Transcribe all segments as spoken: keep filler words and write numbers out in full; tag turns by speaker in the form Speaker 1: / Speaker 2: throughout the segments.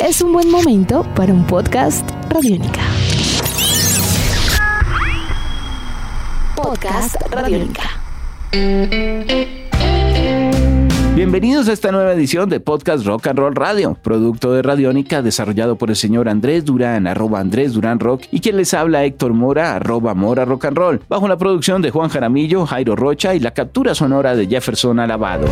Speaker 1: es un buen momento para un podcast Radiónica. Podcast Radiónica.
Speaker 2: Bienvenidos a esta nueva edición de Podcast Rock and Roll Radio, producto de Radiónica, desarrollado por el señor Andrés Durán, arroba Andrés Durán Rock, y quien les habla Héctor Mora, arroba Mora Rock and Roll, bajo la producción de Juan Jaramillo, Jairo Rocha y la captura sonora de Jefferson Alabado.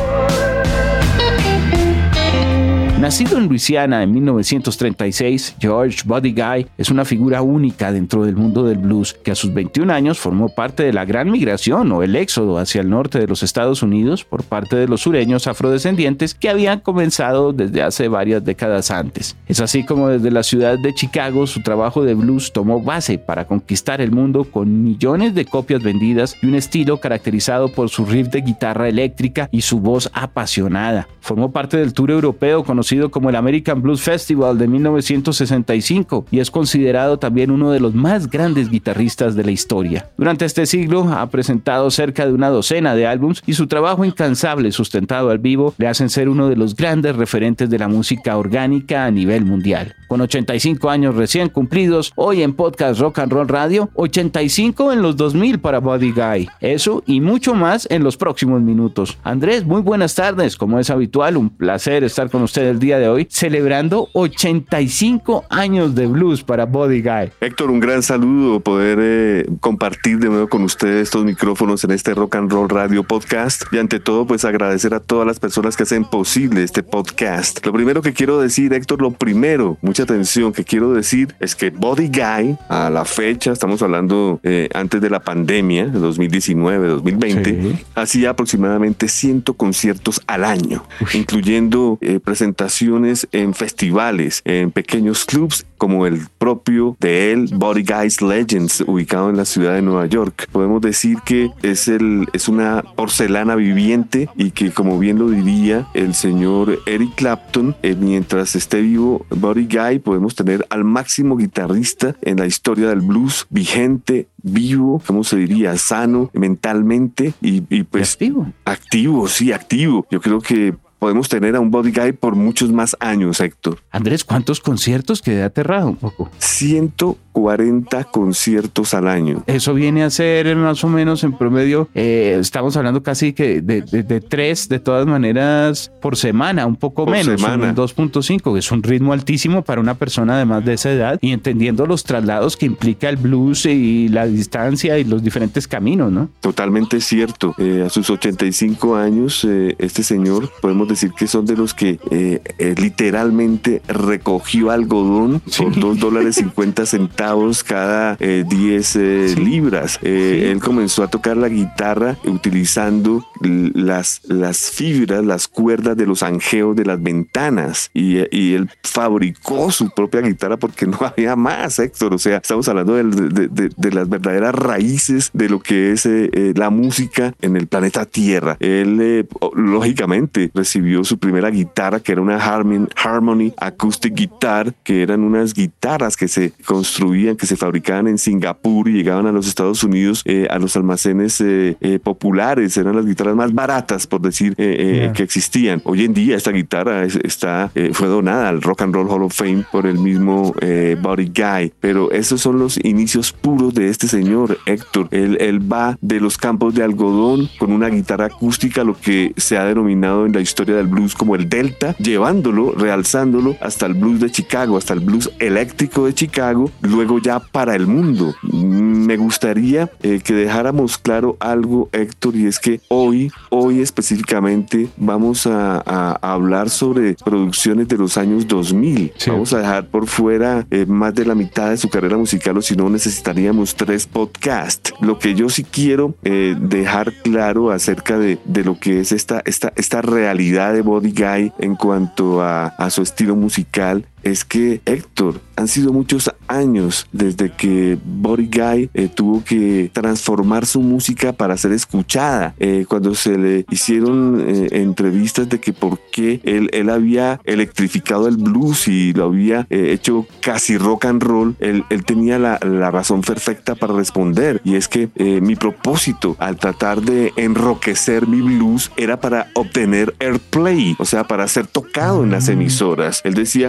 Speaker 2: Nacido en Luisiana en mil novecientos treinta y seis, George Buddy Guy es una figura única dentro del mundo del blues que a sus veintiún años formó parte de la gran migración o el éxodo hacia el norte de los Estados Unidos por parte de los sureños afrodescendientes que habían comenzado desde hace varias décadas antes. Es así como desde la ciudad de Chicago su trabajo de blues tomó base para conquistar el mundo con millones de copias vendidas y un estilo caracterizado por su riff de guitarra eléctrica y su voz apasionada. Formó parte del tour europeo conocido como el American Blues Festival de mil novecientos sesenta y cinco y es considerado también uno de los más grandes guitarristas de la historia. Durante este siglo ha presentado cerca de una docena de álbums y su trabajo incansable sustentado al vivo le hacen ser uno de los grandes referentes de la música orgánica a nivel mundial. Con ochenta y cinco años recién cumplidos, hoy en Podcast Rock and Roll Radio, ochenta y cinco en los dos mil para Buddy Guy. Eso y mucho más en los próximos minutos. Andrés, muy buenas tardes. Como es habitual, un placer estar con usted el día de hoy, celebrando ochenta y cinco años de blues para Buddy Guy.
Speaker 3: Héctor, un gran saludo, poder eh, compartir de nuevo con ustedes estos micrófonos en este Rock and Roll Radio Podcast y ante todo pues agradecer a todas las personas que hacen posible este podcast. Lo primero que quiero decir, Héctor, lo primero, mucha atención que quiero decir es que Buddy Guy a la fecha, estamos hablando eh, antes de la pandemia, de dos mil diecinueve, dos mil veinte, sí, hacía aproximadamente cien conciertos al año, Uy. incluyendo eh, presentaciones en festivales, en pequeños clubs como el propio de él, Buddy Guy's Legends, ubicado en la ciudad de Nueva York. Podemos decir que es, el, es una porcelana viviente y que, como bien lo diría el señor Eric Clapton, eh, mientras esté vivo Buddy Guy, podemos tener al máximo guitarrista en la historia del blues, vigente, vivo, ¿cómo se diría? Sano mentalmente y, y pues...
Speaker 2: ¿Y activo?
Speaker 3: Activo, sí, activo. Yo creo que podemos tener a un Buddy Guy por muchos más años, Héctor.
Speaker 2: Andrés, ¿cuántos conciertos? Quedé aterrado un poco.
Speaker 3: ciento cuarenta conciertos al año.
Speaker 2: Eso viene a ser más o menos en promedio, eh, estamos hablando casi que de, de, de tres, de todas maneras, por semana, un poco por menos, semana. dos punto cinco, que es un ritmo altísimo para una persona además de esa edad y entendiendo los traslados que implica el blues y la distancia y los diferentes caminos, ¿no?
Speaker 3: Totalmente cierto. Eh, a sus ochenta y cinco años, eh, este señor, podemos decir que son de los que eh, eh, literalmente recogió algodón sí. por dos dólares cincuenta centavos cada eh, diez eh, sí. libras. Eh, sí. Él comenzó a tocar la guitarra utilizando las, las fibras, las cuerdas de los angeos de las ventanas y, y él fabricó su propia guitarra porque no había más, Héctor. O sea, estamos hablando de, de, de, de las verdaderas raíces de lo que es eh, eh, la música en el planeta Tierra. Él, eh, lógicamente, recibió su primera guitarra, que era una Harmony, Harmony Acoustic Guitar, que eran unas guitarras que se construían, que se fabricaban en Singapur y llegaban a los Estados Unidos eh, a los almacenes eh, eh, populares. Eran las guitarras más baratas, por decir, eh, eh, yeah. que existían. Hoy en día esta guitarra es, está, eh, fue donada al Rock and Roll Hall of Fame por el mismo eh, Buddy Guy. Pero esos son los inicios puros de este señor, Héctor. Él, él va de los campos de algodón con una guitarra acústica, lo que se ha denominado en la historia del blues como el Delta, llevándolo, realzándolo hasta el blues de Chicago, hasta el blues eléctrico de Chicago, luego ya para el mundo. Me gustaría eh, que dejáramos claro algo, Héctor, y es que hoy, hoy específicamente vamos a, a, a hablar sobre producciones de los años dos mil. Sí. Vamos a dejar por fuera eh, más de la mitad de su carrera musical, o si no necesitaríamos tres podcasts. Lo que yo sí quiero eh, dejar claro acerca de, de lo que es esta, esta, esta realidad de Buddy Guy en cuanto a, a su estilo musical es que, Héctor, han sido muchos años desde que Buddy Guy eh, tuvo que transformar su música para ser escuchada. Eh, cuando se le hicieron eh, entrevistas de que por qué él, él había electrificado el blues y lo había eh, hecho casi rock and roll, él, él tenía la, la razón perfecta para responder, y es que eh, mi propósito al tratar de enroquecer mi blues era para obtener airplay, o sea, para ser tocado en las emisoras. Él decía, yo me encontré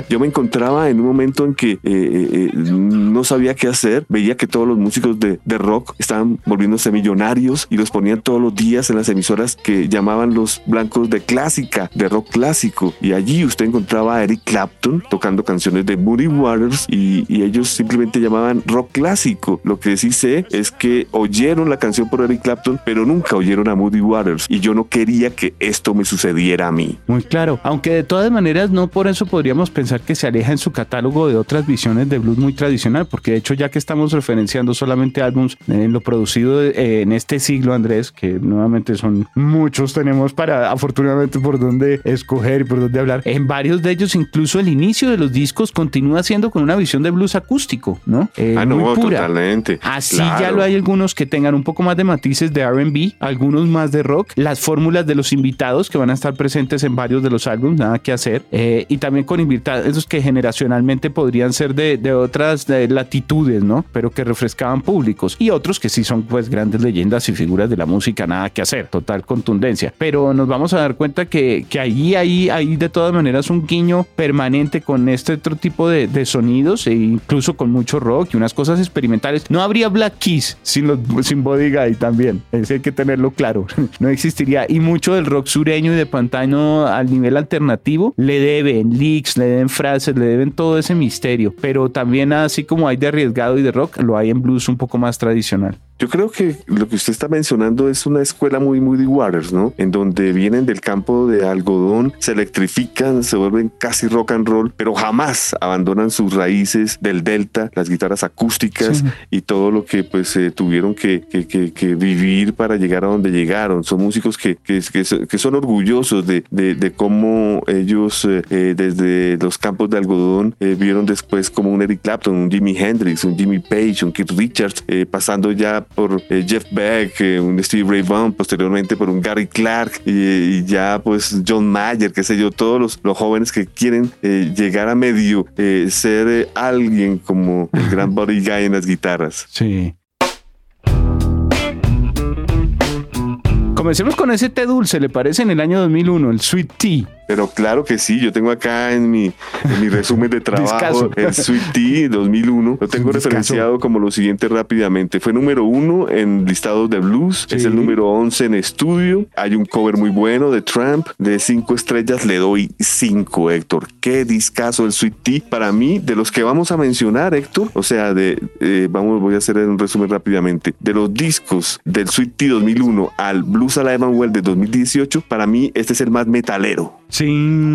Speaker 3: encontraba en un momento en que eh, eh, no sabía qué hacer. Veía que todos los músicos de, de rock estaban volviéndose millonarios y los ponían todos los días en las emisoras que llamaban los blancos de clásica, de rock clásico. Y allí usted encontraba a Eric Clapton tocando canciones de Muddy Waters y, y ellos simplemente llamaban rock clásico. Lo que sí sé es que oyeron la canción por Eric Clapton, pero nunca oyeron a Muddy Waters, y yo no quería que esto me sucediera a mí.
Speaker 2: Muy claro, aunque de todas maneras no por eso podríamos pensar que se aleja en su catálogo de otras visiones de blues muy tradicional, porque de hecho ya que estamos referenciando solamente álbumes en lo producido eh, en este siglo, Andrés, que nuevamente son muchos, tenemos para afortunadamente por dónde escoger y por dónde hablar, en varios de ellos incluso el inicio de los discos continúa siendo con una visión de blues acústico, ¿no? Eh,
Speaker 3: ah, no,
Speaker 2: muy pura.
Speaker 3: Totalmente.
Speaker 2: Así
Speaker 3: claro.
Speaker 2: Ya lo hay algunos que tengan un poco más de matices de R and B, algunos más de rock, las fórmulas de los invitados que van a estar presentes en varios de los álbumes, nada que hacer, eh, y también con invitados esos que generacionalmente podrían ser de, de otras de latitudes, ¿no? Pero que refrescaban públicos, y otros que sí son pues grandes leyendas y figuras de la música, nada que hacer, total contundencia. Pero nos vamos a dar cuenta que, que ahí, ahí, ahí de todas maneras un guiño permanente con este otro tipo de, de sonidos, e incluso con mucho rock y unas cosas experimentales. No habría Black Keys sin, los, sin Buddy Guy también, es hay que tenerlo claro, no existiría, y mucho del rock sureño y de pantano al nivel alternativo le deben leaks, le deben frases, le deben todo ese misterio, pero también así como hay de arriesgado y de rock, lo hay en blues un poco más tradicional.
Speaker 3: Yo creo que lo que usted está mencionando es una escuela muy Muddy Waters, ¿no? En donde vienen del campo de algodón, se electrifican, se vuelven casi rock and roll, pero jamás abandonan sus raíces del delta, las guitarras acústicas, sí, y todo lo que pues eh, tuvieron que, que, que, que vivir para llegar a donde llegaron. Son músicos que, que, que, que son orgullosos de, de, de cómo ellos eh, desde los campos de algodón eh, vieron después como un Eric Clapton, un Jimi Hendrix, un Jimmy Page, un Keith Richards, eh, pasando ya por eh, Jeff Beck, eh, un Stevie Ray Vaughan, posteriormente por un Gary Clark, y, y ya pues John Mayer, qué sé yo, todos los, los jóvenes que quieren eh, llegar a medio eh, ser eh, alguien como el gran Buddy Guy en las guitarras.
Speaker 2: Sí. Comencemos con ese té dulce, ¿le parece? En el año dos mil uno, el Sweet Tea.
Speaker 3: Pero claro que sí, yo tengo acá en mi, en mi resumen de trabajo el Sweet Tea dos mil uno. Lo tengo referenciado como lo siguiente rápidamente. Fue número uno en listados de blues, sí, es el número once en estudio. Hay un cover muy bueno de Tramp, de cinco estrellas le doy cinco, Héctor. Qué discazo el Sweet Tea. Para mí, de los que vamos a mencionar, Héctor, o sea, de eh, vamos, voy a hacer un resumen rápidamente. De los discos del Sweet Tea dos mil uno al Blues Alive and Well de dos mil dieciocho, para mí este es el más metalero.
Speaker 2: Sí,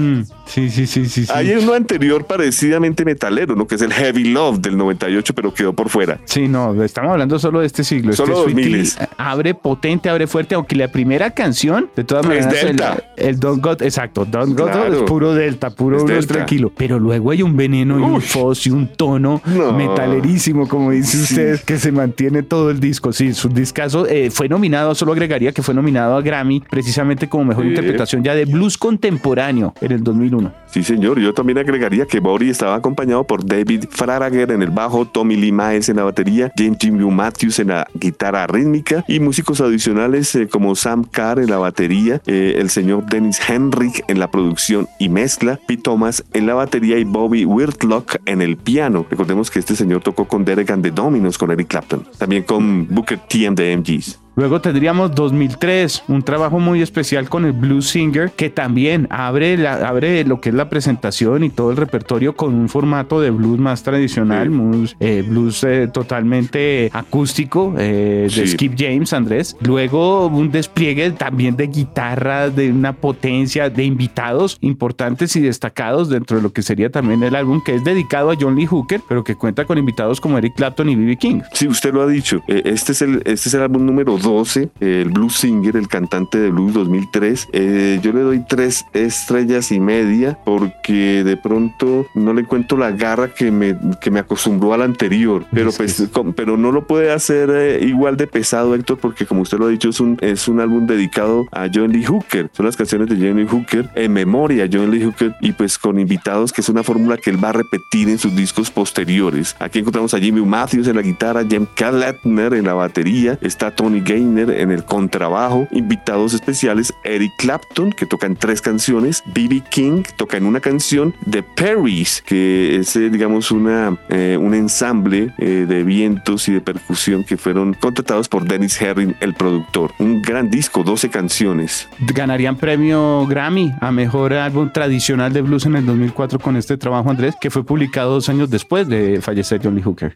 Speaker 2: sí, sí, sí, sí.
Speaker 3: Hay uno anterior parecidamente metalero, ¿no? Que es el Heavy Love del noventa y ocho, pero quedó por fuera.
Speaker 2: Sí, no, estamos hablando solo de este siglo.
Speaker 3: Solo
Speaker 2: este
Speaker 3: dos miles.
Speaker 2: Abre potente, abre fuerte, aunque la primera canción, de todas maneras,
Speaker 3: es Delta.
Speaker 2: El, el Don't Go, exacto, Don't Go
Speaker 3: Claro.
Speaker 2: es puro Delta, puro
Speaker 3: Es
Speaker 2: blues
Speaker 3: Delta.
Speaker 2: tranquilo. Pero luego hay un veneno y un
Speaker 3: Uy.
Speaker 2: fuzz y un tono
Speaker 3: No.
Speaker 2: metalerísimo, como dice
Speaker 3: Sí.
Speaker 2: usted, que se mantiene todo el disco. Sí, su discazo eh, fue nominado, solo agregaría que fue nominado a Grammy, precisamente como mejor
Speaker 3: Sí.
Speaker 2: interpretación ya de blues contemporáneo en el dos mil uno.
Speaker 3: Sí, señor. Yo también agregaría que Buddy estaba acompañado por David Faragher en el bajo, Tommy Lee Miles en la batería, James Jimmy Matthews en la guitarra rítmica y músicos adicionales eh, como Sam Carr en la batería, eh, el señor Dennis Henrik en la producción y mezcla, Pete Thomas en la batería y Bobby Whitlock en el piano. Recordemos que este señor tocó con Derek and the Dominos, con Eric Clapton, también con Booker T and the M Gs.
Speaker 2: Luego tendríamos dos mil tres, un trabajo muy especial con el Blues Singer, que también abre, la, abre lo que es la presentación y todo el repertorio con un formato de blues más tradicional,
Speaker 3: Sí.
Speaker 2: blues, eh, blues eh, totalmente acústico, eh, de
Speaker 3: Sí.
Speaker 2: Skip James, Andrés. Luego un despliegue también de guitarra, de una potencia, de invitados importantes y destacados dentro de lo que sería también el álbum, que es dedicado a John Lee Hooker, pero que cuenta con invitados como Eric Clapton y B B King.
Speaker 3: Sí, usted lo ha dicho. Eh, Este es el, este es el álbum número doce, eh, el Blues Singer, el cantante de blues dos mil tres. Eh, yo le doy tres estrellas y media porque de pronto no le encuentro la garra que me, que me acostumbró al anterior. Pero,
Speaker 2: Es que
Speaker 3: pues,
Speaker 2: sí.
Speaker 3: com- pero no lo puede hacer eh, igual de pesado, Héctor, porque como usted lo ha dicho, es un, es un álbum dedicado a John Lee Hooker. Son las canciones de John Lee Hooker en memoria a John Lee Hooker y pues con invitados, que es una fórmula que él va a repetir en sus discos posteriores. Aquí encontramos a Jimmy Matthews en la guitarra, Jem Kalatner en la batería, está Tony Gaynor en el contrabajo, invitados especiales Eric Clapton, que toca en tres canciones, B B King toca en una canción, The Perrys, que es eh, digamos una, eh, un ensamble eh, de vientos y de percusión que fueron contratados por Dennis Herring, el productor. Un gran disco, doce canciones.
Speaker 2: Ganarían premio Grammy a mejor álbum tradicional de blues en el dos mil cuatro con este trabajo, Andrés, que fue publicado dos años después de fallecer John Lee Hooker.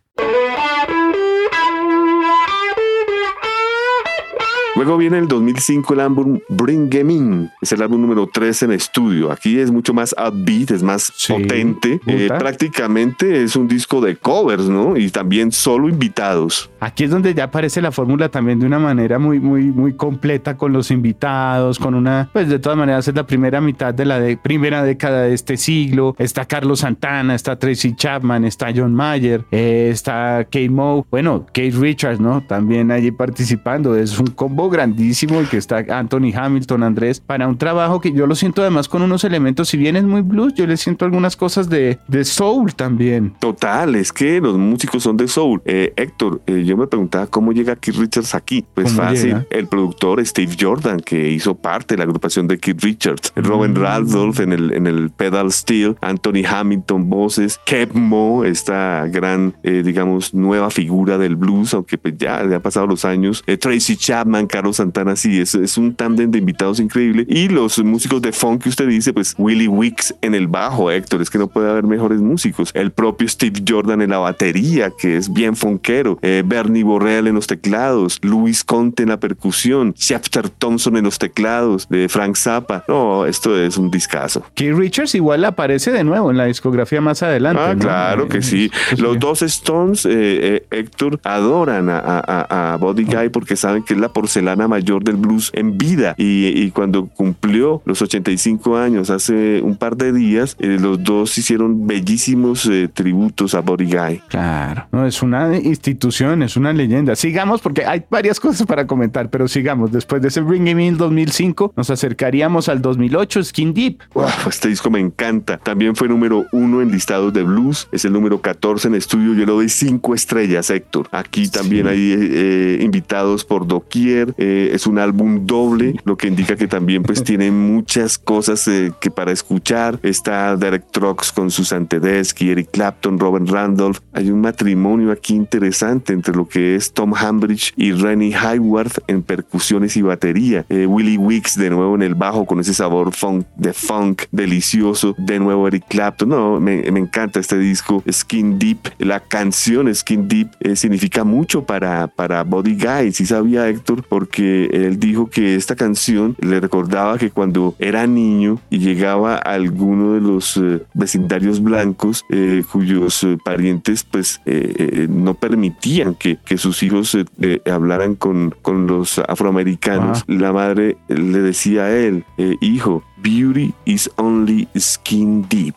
Speaker 3: Luego viene el dos mil cinco el álbum Bring Em In, es el álbum número tres en estudio. Aquí es mucho más upbeat, es más sí, potente. Eh, prácticamente es un disco de covers, ¿no? Y también solo invitados.
Speaker 2: Aquí es donde ya aparece la fórmula también de una manera muy, muy, muy completa con los invitados, con una, pues de todas maneras es la primera mitad de la de, primera década de este siglo. Está Carlos Santana, está Tracy Chapman, está John Mayer, eh, está Kate Moe, bueno, Keith Richards, ¿no? También allí participando. Es un combo grandísimo el que está Anthony Hamilton, Andrés, para un trabajo que yo lo siento además con unos elementos, si bien es muy blues, yo le siento algunas cosas de, de soul también.
Speaker 3: Total, es que los músicos son de soul. Eh, Héctor, eh, yo me preguntaba cómo llega Keith Richards aquí. Pues fácil, llega? El productor Steve Jordan, que hizo parte de la agrupación de Keith Richards, mm. Robin Randolph en el, en el pedal steel, Anthony Hamilton voces, Kate Moe, esta gran, eh, digamos, nueva figura del blues, aunque pues ya, ya han pasado los años, eh, Tracy Chapman, Carlos Santana, sí, es, es un tándem de invitados increíble. Y los músicos de funk que usted dice, pues Willie Weeks en el bajo, Héctor, es que no puede haber mejores músicos. El propio Steve Jordan en la batería, que es bien funkero. Eh, Bernie Borrell en los teclados, Luis Conte en la percusión, Shafter Thompson en los teclados, de Frank Zappa. No, esto es un discazo.
Speaker 2: Keith Richards igual aparece de nuevo en la discografía más adelante.
Speaker 3: Ah,
Speaker 2: ¿no?
Speaker 3: claro que sí.
Speaker 2: Pues
Speaker 3: los
Speaker 2: sí.
Speaker 3: dos Stones, eh, eh, Héctor, adoran a, a, a Buddy Guy porque saben que es la porcelana mayor del blues en vida, y, y cuando cumplió los ochenta y cinco años hace un par de días, eh, los dos hicieron bellísimos eh, tributos a Buddy Guy.
Speaker 2: Claro, no, es una institución, es una leyenda. Sigamos porque hay varias cosas para comentar, pero sigamos. Después de ese Bring Em In dos mil cinco nos acercaríamos al dos mil ocho, Skin Deep.
Speaker 3: Wow, este disco me encanta. También fue número uno en listados de blues, es el número catorce en estudio. Yo le doy cinco estrellas, Héctor. Aquí también sí. hay eh, invitados por doquier. Eh, es un álbum doble, lo que indica que también pues tiene muchas cosas eh, que para escuchar. Está Derek Trucks con Susan Tedeschi, Eric Clapton, Robin Randolph. Hay un matrimonio aquí interesante entre lo que es Tom Hambridge y Rennie Hayworth en percusiones y batería. Eh, Willie Weeks de nuevo en el bajo con ese sabor funk, de funk delicioso. De nuevo Eric Clapton. No, me, me encanta este disco. Skin Deep, la canción Skin Deep eh, significa mucho para, para Buddy Guy. Sí sabía, Héctor, porque él dijo que esta canción le recordaba que cuando era niño y llegaba a alguno de los eh, vecindarios blancos eh, cuyos eh, parientes pues eh, eh, no permitían que, que sus hijos eh, eh, hablaran con, con los afroamericanos, ah. la madre le decía a él, eh, hijo, beauty is only skin deep.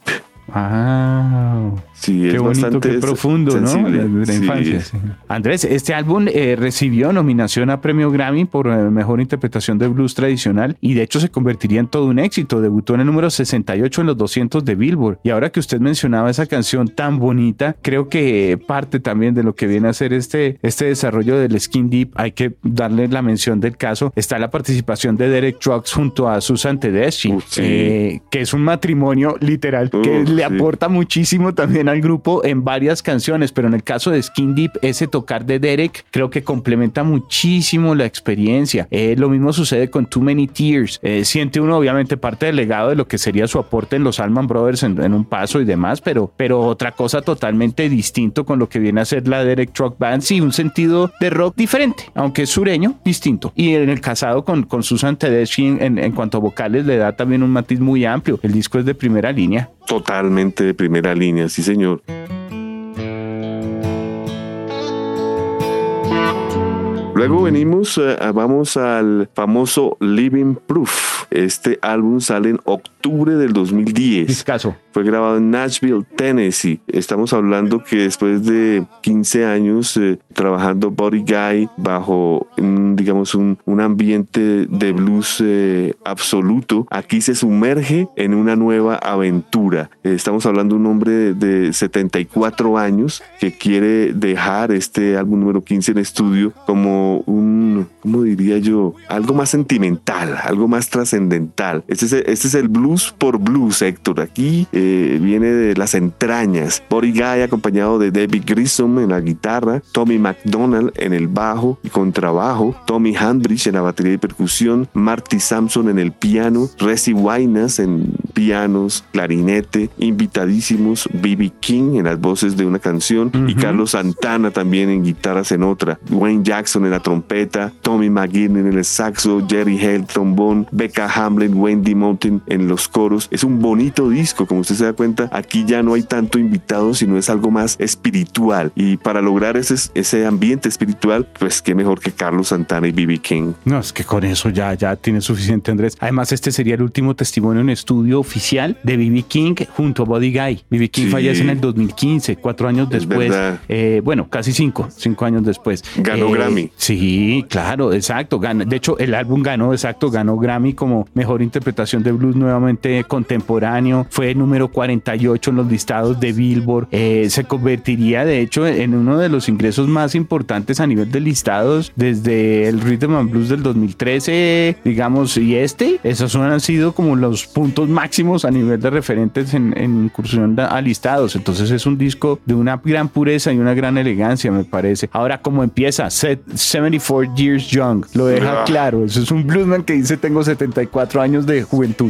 Speaker 2: Wow.
Speaker 3: Sí,
Speaker 2: qué
Speaker 3: es
Speaker 2: bonito,
Speaker 3: bastante
Speaker 2: qué profundo, sensible, ¿no? De la infancia. Sí. Sí. Andrés, este álbum eh, recibió nominación a premio Grammy por eh, mejor interpretación de blues tradicional y de hecho se convertiría en todo un éxito. Debutó en el número sesenta y ocho en los doscientos de Billboard. Y ahora que usted mencionaba esa canción tan bonita, creo que parte también de lo que viene a ser este, este desarrollo del Skin Deep, hay que darle la mención del caso. Está la participación de Derek Trucks junto a Susan Tedeschi, uh, sí. eh, que es un matrimonio literal uh, que le sí. aporta muchísimo también al grupo en varias canciones, pero en el caso de Skin Deep, ese tocar de Derek creo que complementa muchísimo la experiencia. Eh, lo mismo sucede con Too Many Tears. Eh, siente uno obviamente parte del legado de lo que sería su aporte en los Allman Brothers en, en un paso y demás, pero, pero otra cosa totalmente distinto con lo que viene a ser la Derek Truck Band, sí, un sentido de rock diferente, aunque es sureño, distinto. Y en el casado con, con Susan Tedeschi en, en cuanto a vocales le da también un matiz muy amplio. El disco es de primera línea.
Speaker 3: Totalmente de primera línea, sí señor. Luego venimos, uh, vamos al famoso Living Proof. Este álbum sale en octubre del dos mil diez.
Speaker 2: Discaso.
Speaker 3: fue grabado en Nashville, Tennessee. Estamos hablando que después de quince años eh, trabajando Buddy Guy bajo, un, digamos, un, un ambiente de blues eh, absoluto, aquí se sumerge en una nueva aventura. Eh, estamos hablando de un hombre de, de setenta y cuatro años que quiere dejar este álbum número quince en estudio como un, ¿cómo diría yo? Algo más sentimental, algo más trascendental. Este es, este es el blues por blues, Héctor. Aquí eh, viene de las entrañas. Buddy Guy acompañado de David Grissom en la guitarra, Tommy McDonald en el bajo y contrabajo, Tommy Handrich en la batería y percusión, Marty Sampson en el piano, Resi Wainas en pianos, clarinete, invitadísimos B B King en las voces de una canción uh-huh. y Carlos Santana también en guitarras en otra, Wayne Jackson en la trompeta, Tommy McGinn en el saxo, Jerry Hale trombón, Becca Hamlin, Wendy Mountain en los coros. Es un bonito disco, como usted se da cuenta, aquí ya no hay tanto invitado, sino es algo más espiritual, y para lograr ese, ese ambiente espiritual, pues qué mejor que Carlos Santana y B B King.
Speaker 2: No, es que con eso ya, ya tiene suficiente, Andrés. Además, este sería el último testimonio en estudio oficial de B B King junto a Buddy Guy. B B King sí. fallece en el dos mil quince, cuatro años después. Eh, bueno, casi cinco, cinco años después.
Speaker 3: Ganó
Speaker 2: eh,
Speaker 3: Grammy.
Speaker 2: Sí, claro, exacto. Gana, de hecho, el álbum ganó, exacto, ganó Grammy como mejor interpretación de blues nuevamente contemporáneo. Fue el número cuarenta y ocho en los listados de Billboard. Eh, se convertiría, de hecho, en uno de los ingresos más importantes a nivel de listados desde el Rhythm and Blues del dos mil trece, digamos, y este. Esos han sido como los puntos máximos a nivel de referentes en, en incursión a listados. Entonces es un disco de una gran pureza y una gran elegancia, me parece. Ahora, ¿cómo empieza? setenta y cuatro Years Young. Lo deja claro. Eso es un bluesman que dice tengo setenta y cuatro años de juventud.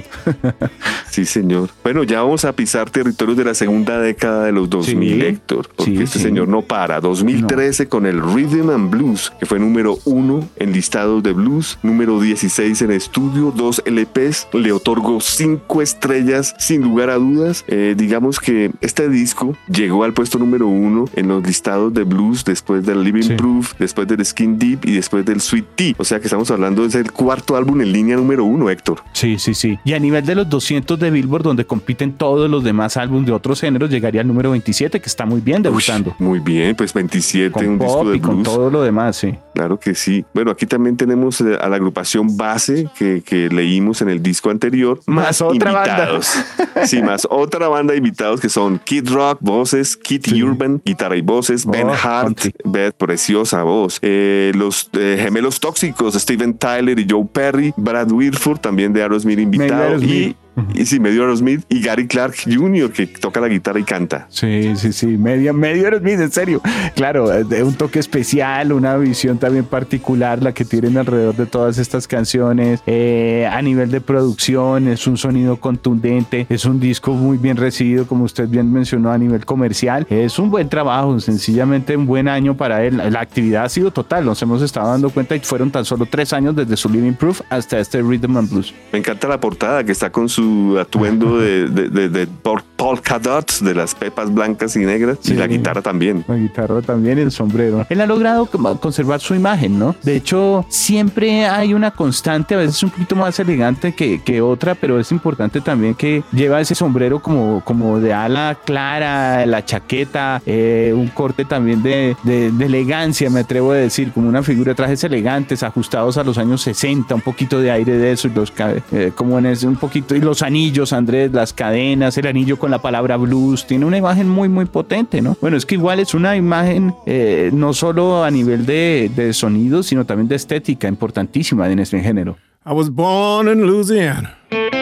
Speaker 3: Sí, señor. Bueno, ya vamos a pisar territorios de la segunda década de los dos mil, sí, Héctor, porque sí, este sí. señor no para. dos mil trece no. Con el Rhythm and Blues, que fue número uno en listados de blues, número dieciséis en estudio, dos L Ps, le otorgó cinco estrellas sin lugar a dudas. Eh, digamos que este disco llegó al puesto número uno en los listados de blues después del Living sí. Proof, después del Skin Deep y después del Sweet Tea. O sea que estamos hablando de ser el cuarto álbum en línea número uno, Héctor.
Speaker 2: Sí, sí, sí. Y a nivel de los doscientos de Billboard, donde compiten todos los demás álbumes de otros géneros, llegaría al número veintisiete, que está muy bien debutando.
Speaker 3: Uy, muy bien, pues veintisiete,
Speaker 2: con
Speaker 3: un
Speaker 2: pop
Speaker 3: disco de
Speaker 2: y
Speaker 3: blues.
Speaker 2: Con todo lo demás, sí.
Speaker 3: Claro que sí. Bueno, aquí también tenemos a la agrupación base que, que leímos en el disco anterior, más, más otra invitados. Banda. Sí, más otra banda de invitados que son Kid Rock, voces, Keith sí. Urban, guitarra y voces, oh, Ben Hart, sí. Beth, preciosa voz, eh, los eh, gemelos tóxicos, Steven Tyler y Joe Perry, Brad Whitford, también de Aerosmith invitado, y Y sí, medio Aerosmith, y Gary Clark junior, que toca la guitarra y canta.
Speaker 2: Sí, sí, sí, medio, medio Aerosmith, en serio. Claro, de un toque especial, una visión también particular la que tienen alrededor de todas estas canciones. Eh, a nivel de producción, es un sonido contundente, es un disco muy bien recibido, como usted bien mencionó, a nivel comercial. Es un buen trabajo, sencillamente un buen año para él. La actividad ha sido total, nos hemos estado dando cuenta y fueron tan solo tres años desde su Living Proof hasta este Rhythm and Blues.
Speaker 3: Me encanta la portada que está con su atuendo de, de, de, de polka dots, de las pepas blancas y negras, sí, y la guitarra también.
Speaker 2: La guitarra también y el sombrero. Él ha logrado conservar su imagen, ¿no? De hecho, siempre hay una constante, a veces un poquito más elegante que, que otra, pero es importante también que lleva ese sombrero como, como de ala clara, la chaqueta, eh, un corte también de, de, de elegancia, me atrevo a decir, como una figura de trajes elegantes, ajustados a los años sesenta, un poquito de aire de eso, y los eh, como en ese, un poquito, y los anillos, Andrés, las cadenas, el anillo con la palabra blues, tiene una imagen muy muy potente, ¿no? Bueno, es que igual es una imagen eh, no solo a nivel de, de sonido, sino también de estética, importantísima en este género.
Speaker 4: I was born in Louisiana,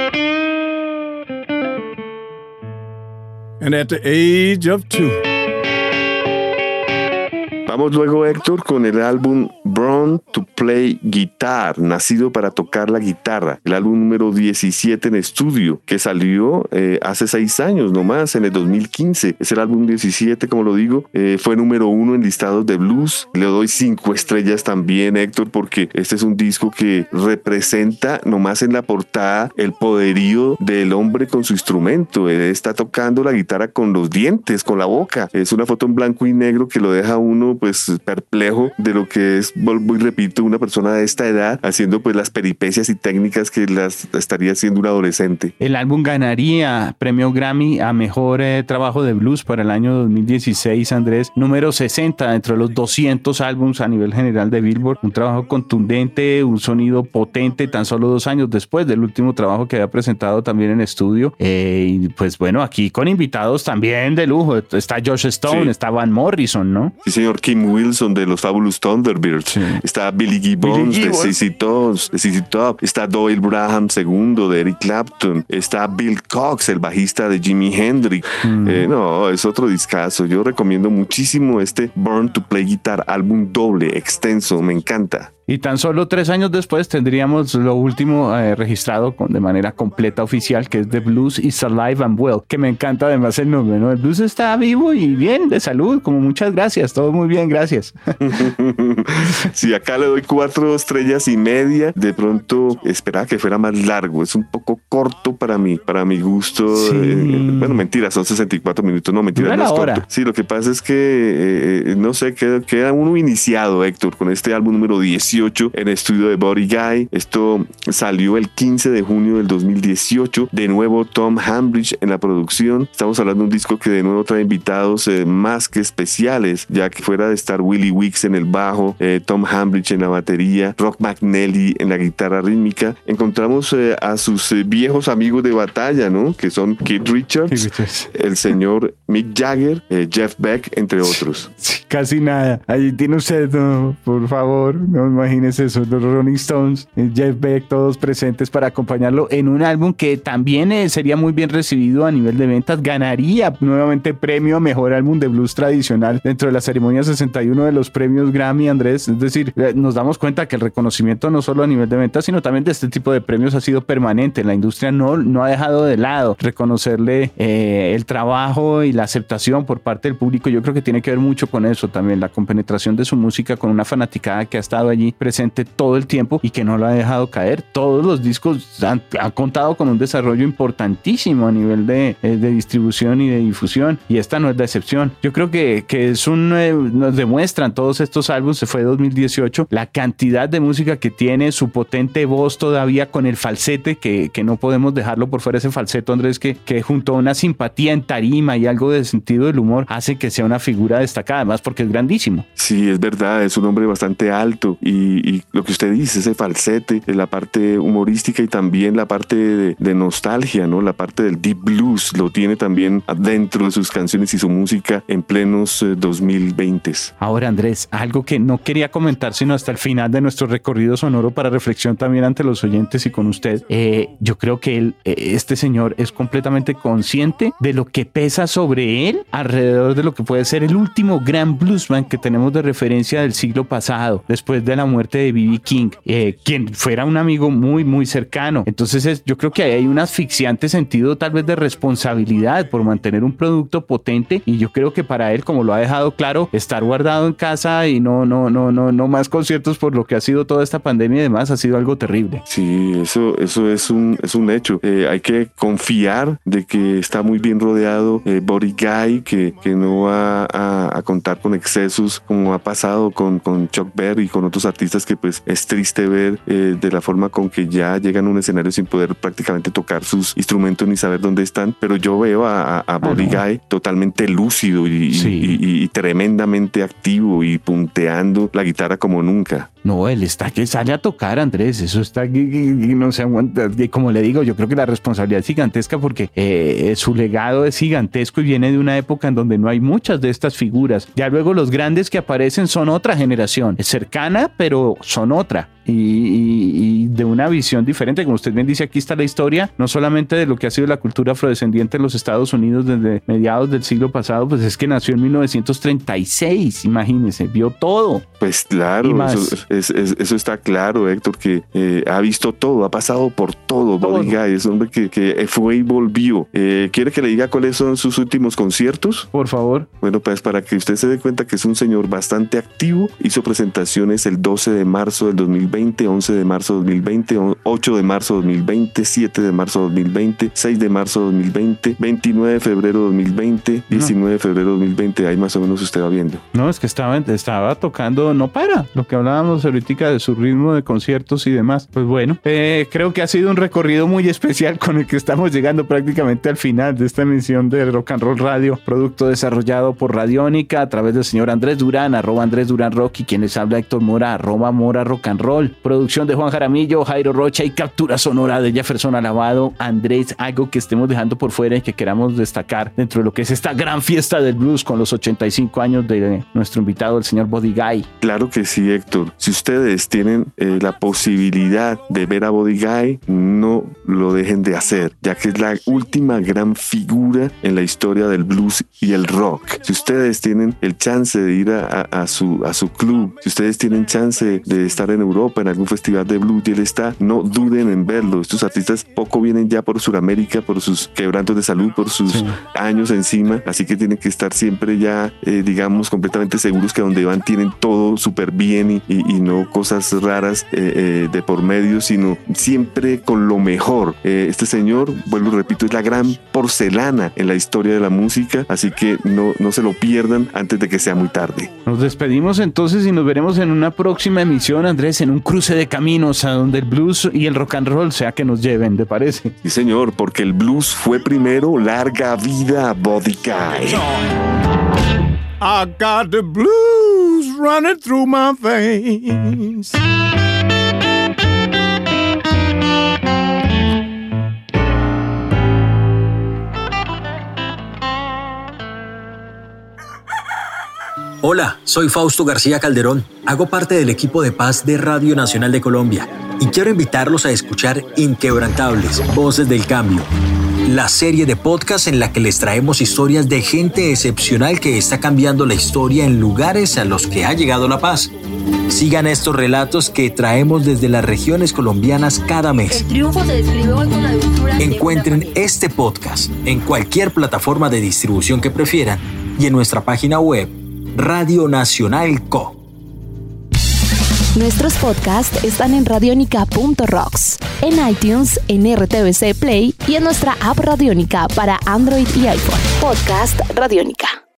Speaker 4: and at the age of two.
Speaker 3: Vamos luego, Héctor, con el álbum Born to Play Guitar, nacido para tocar la guitarra, el álbum número diecisiete en estudio, que salió eh, hace seis años nomás, en el dos mil quince. Es el álbum diecisiete, como lo digo, eh, fue número uno en listados de blues. Le doy cinco estrellas también, Héctor, porque este es un disco que representa nomás en la portada el poderío del hombre con su instrumento. Él está tocando la guitarra con los dientes, con la boca. Es una foto en blanco y negro que lo deja uno pues perplejo de lo que es, vuelvo y repito, una persona de esta edad haciendo pues las peripecias y técnicas que las estaría haciendo un adolescente.
Speaker 2: El álbum ganaría premio Grammy a mejor eh, trabajo de blues para el año dos mil dieciséis, Andrés, número sesenta dentro de los doscientos álbums a nivel general de Billboard, un trabajo contundente, un sonido potente, tan solo dos años después del último trabajo que había presentado también en estudio, eh, y pues bueno, aquí con invitados también de lujo, está Josh Stone, sí. Está Van Morrison, ¿no?
Speaker 3: Sí, señor, Kim Wilson de los Fabulous Thunderbirds, sí. Está Billy Gibbons de Z Z Top, de Z Z Top, está Doyle Braham segundo de Eric Clapton, está Bill Cox, el bajista de Jimi Hendrix. Mm. Eh, no, es otro discazo. Yo recomiendo muchísimo este Born to Play Guitar, álbum doble, extenso, me encanta.
Speaker 2: Y tan solo tres años después tendríamos lo último eh, registrado con, de manera completa oficial, que es The Blues is Alive and Well, que me encanta además el nombre, ¿no? El blues está vivo y bien, de salud, como muchas gracias, todo muy bien, gracias.
Speaker 3: Sí, acá le doy cuatro estrellas y media. De pronto esperaba que fuera más largo, es un poco corto para mí, para mi gusto. Sí. Eh, bueno, mentira, son sesenta y cuatro minutos, no, mentira, no es corto. Sí, lo que pasa es que, eh, no sé, queda, queda uno iniciado, Héctor, con este álbum número dieciocho en estudio de Buddy Guy. Esto salió el quince de junio del dos mil dieciocho. De nuevo Tom Hambridge en la producción. Estamos hablando de un disco que de nuevo trae invitados eh, más que especiales, ya que fuera de estar Willie Weeks en el bajo, eh, Tom Hambridge en la batería, Rock McNally en la guitarra rítmica. Encontramos eh, a sus eh, viejos amigos de batalla, ¿no? Que son Keith Richards, el señor Mick Jagger, eh, Jeff Beck, entre otros.
Speaker 2: Sí, casi nada. Allí tiene usted, no, por favor, no imagínese eso, los Rolling Stones, Jeff Beck, todos presentes para acompañarlo en un álbum que también eh, sería muy bien recibido a nivel de ventas, ganaría nuevamente premio a mejor álbum de blues tradicional dentro de la ceremonia sesenta y uno de los premios Grammy, Andrés. Es decir, eh, nos damos cuenta que el reconocimiento no solo a nivel de ventas, sino también de este tipo de premios ha sido permanente. La industria no, no ha dejado de lado reconocerle eh, el trabajo y la aceptación por parte del público. Yo creo que tiene que ver mucho con eso también, la compenetración de su música con una fanaticada que ha estado allí presente todo el tiempo y que no lo ha dejado caer. Todos los discos han, han contado con un desarrollo importantísimo a nivel de, de distribución y de difusión, y esta no es la excepción. Yo creo que, que es un, eh, nos demuestran todos estos álbumes, se fue dos mil dieciocho, la cantidad de música que tiene, su potente voz todavía con el falsete, que, que no podemos dejarlo por fuera, ese falseto, Andrés, que, que junto a una simpatía en tarima y algo de sentido del humor hace que sea una figura destacada, además porque es grandísimo.
Speaker 3: Sí, es verdad, es un hombre bastante alto y Y, y lo que usted dice, ese falsete, la parte humorística y también la parte de, de nostalgia, ¿no? La parte del deep blues lo tiene también dentro de sus canciones y su música en plenos eh, dos mil veinte.
Speaker 2: Ahora, Andrés, algo que no quería comentar sino hasta el final de nuestro recorrido sonoro para reflexión también ante los oyentes y con usted. Eh, yo creo que él, eh, este señor es completamente consciente de lo que pesa sobre él alrededor de lo que puede ser el último gran bluesman que tenemos de referencia del siglo pasado, después de la muerte de B B King, eh, quien fuera un amigo muy muy cercano. Entonces es, yo creo que ahí hay un asfixiante sentido tal vez de responsabilidad por mantener un producto potente, y yo creo que para él, como lo ha dejado claro, estar guardado en casa y no no no no no más conciertos por lo que ha sido toda esta pandemia y demás ha sido algo terrible.
Speaker 3: Sí, eso eso es un es un hecho. Eh, hay que confiar de que está muy bien rodeado eh, Buddy Guy, que, que no va a, a contar con excesos como ha pasado con, con Chuck Berry y con otros artistas que pues es triste ver eh, de la forma con que ya llegan a un escenario sin poder prácticamente tocar sus instrumentos ni saber dónde están, pero yo veo a, a Buddy ah, no. Guy totalmente lúcido y, sí. y, y, y tremendamente activo y punteando la guitarra como nunca.
Speaker 2: No, él está que sale a tocar, Andrés, eso está que, que, que no se aguanta. Y como le digo, yo creo que la responsabilidad es gigantesca porque eh, su legado es gigantesco y viene de una época en donde no hay muchas de estas figuras. Ya luego los grandes que aparecen son otra generación, es cercana, pero son otra. Y, y, y de una visión diferente, como usted bien dice, aquí está la historia, no solamente de lo que ha sido la cultura afrodescendiente en los Estados Unidos desde mediados del siglo pasado, pues es que nació en mil novecientos treinta y seis, imagínese, vio todo.
Speaker 3: Pues claro, eso, es, es, eso está claro, Héctor, que eh, ha visto todo, ha pasado por todo, todo. Buddy Guy, es un hombre que, que fue y volvió. Eh, ¿Quiere que le diga cuáles son sus últimos conciertos?
Speaker 2: Por favor.
Speaker 3: Bueno, pues para que usted se dé cuenta que es un señor bastante activo, hizo presentaciones el doce de marzo del dos mil veinte, once de marzo dos mil veinte, ocho de marzo dos mil veinte, siete de marzo dos mil veinte, seis de marzo dos mil veinte, veintinueve de febrero dos mil veinte, diecinueve de febrero dos mil veinte. Ahí más o menos usted va viendo.
Speaker 2: No, es que estaba, estaba tocando, no para, lo que hablábamos ahorita de su ritmo de conciertos y demás. Pues bueno, eh, creo que ha sido un recorrido muy especial con el que estamos llegando prácticamente al final de esta emisión de Rock and Roll Radio, producto desarrollado por Radiónica a través del señor Andrés Durán, arroba Andrés Durán Rock, y quien les habla Héctor Mora, arroba Mora Rock and Roll. Producción de Juan Jaramillo, Jairo Rocha y captura sonora de Jefferson Alabado. Andrés, algo que estemos dejando por fuera y que queramos destacar dentro de lo que es esta gran fiesta del blues con los ochenta y cinco años de nuestro invitado, el señor Buddy Guy.
Speaker 3: Claro que sí, Héctor. Si ustedes tienen eh, la posibilidad de ver a Buddy Guy, no lo dejen de hacer, ya que es la última gran figura en la historia del blues y el rock. Si ustedes tienen el chance de ir a, a, a, su, a su club, si ustedes tienen chance de estar en Europa en algún festival de blues y él está, no duden en verlo. Estos artistas poco vienen ya por Sudamérica, por sus quebrantos de salud, por sus sí. años encima, así que tienen que estar siempre ya, eh, digamos, completamente seguros que donde van tienen todo súper bien y, y, y no cosas raras eh, eh, de por medio, sino siempre con lo mejor. Eh, este señor, vuelvo y repito, es la gran porcelana en la historia de la música, así que no, no se lo pierdan antes de que sea muy tarde.
Speaker 2: Nos despedimos entonces y nos veremos en una próxima emisión, Andrés, en un cruce de caminos a donde el blues y el rock and roll sea que nos lleven, ¿te parece?
Speaker 3: Sí, señor, porque el blues fue primero. Larga vida a Buddy Guy.
Speaker 4: I got the blues running through my veins.
Speaker 5: Hola, soy Fausto García Calderón. Hago parte del equipo de paz de Radio Nacional de Colombia y quiero invitarlos a escuchar Inquebrantables, Voces del Cambio, la serie de podcast en la que les traemos historias de gente excepcional que está cambiando la historia en lugares a los que ha llegado la paz. Sigan estos relatos que traemos desde las regiones colombianas cada mes.
Speaker 6: El triunfo se describe hoy con la dulzura.
Speaker 5: Encuentren este podcast en cualquier plataforma de distribución que prefieran y en nuestra página web Radio Nacional Co.
Speaker 1: Nuestros podcasts están en radionica punto rocks, en iTunes, en R T V C Play y en nuestra app Radiónica para Android y iPhone. Podcast Radiónica.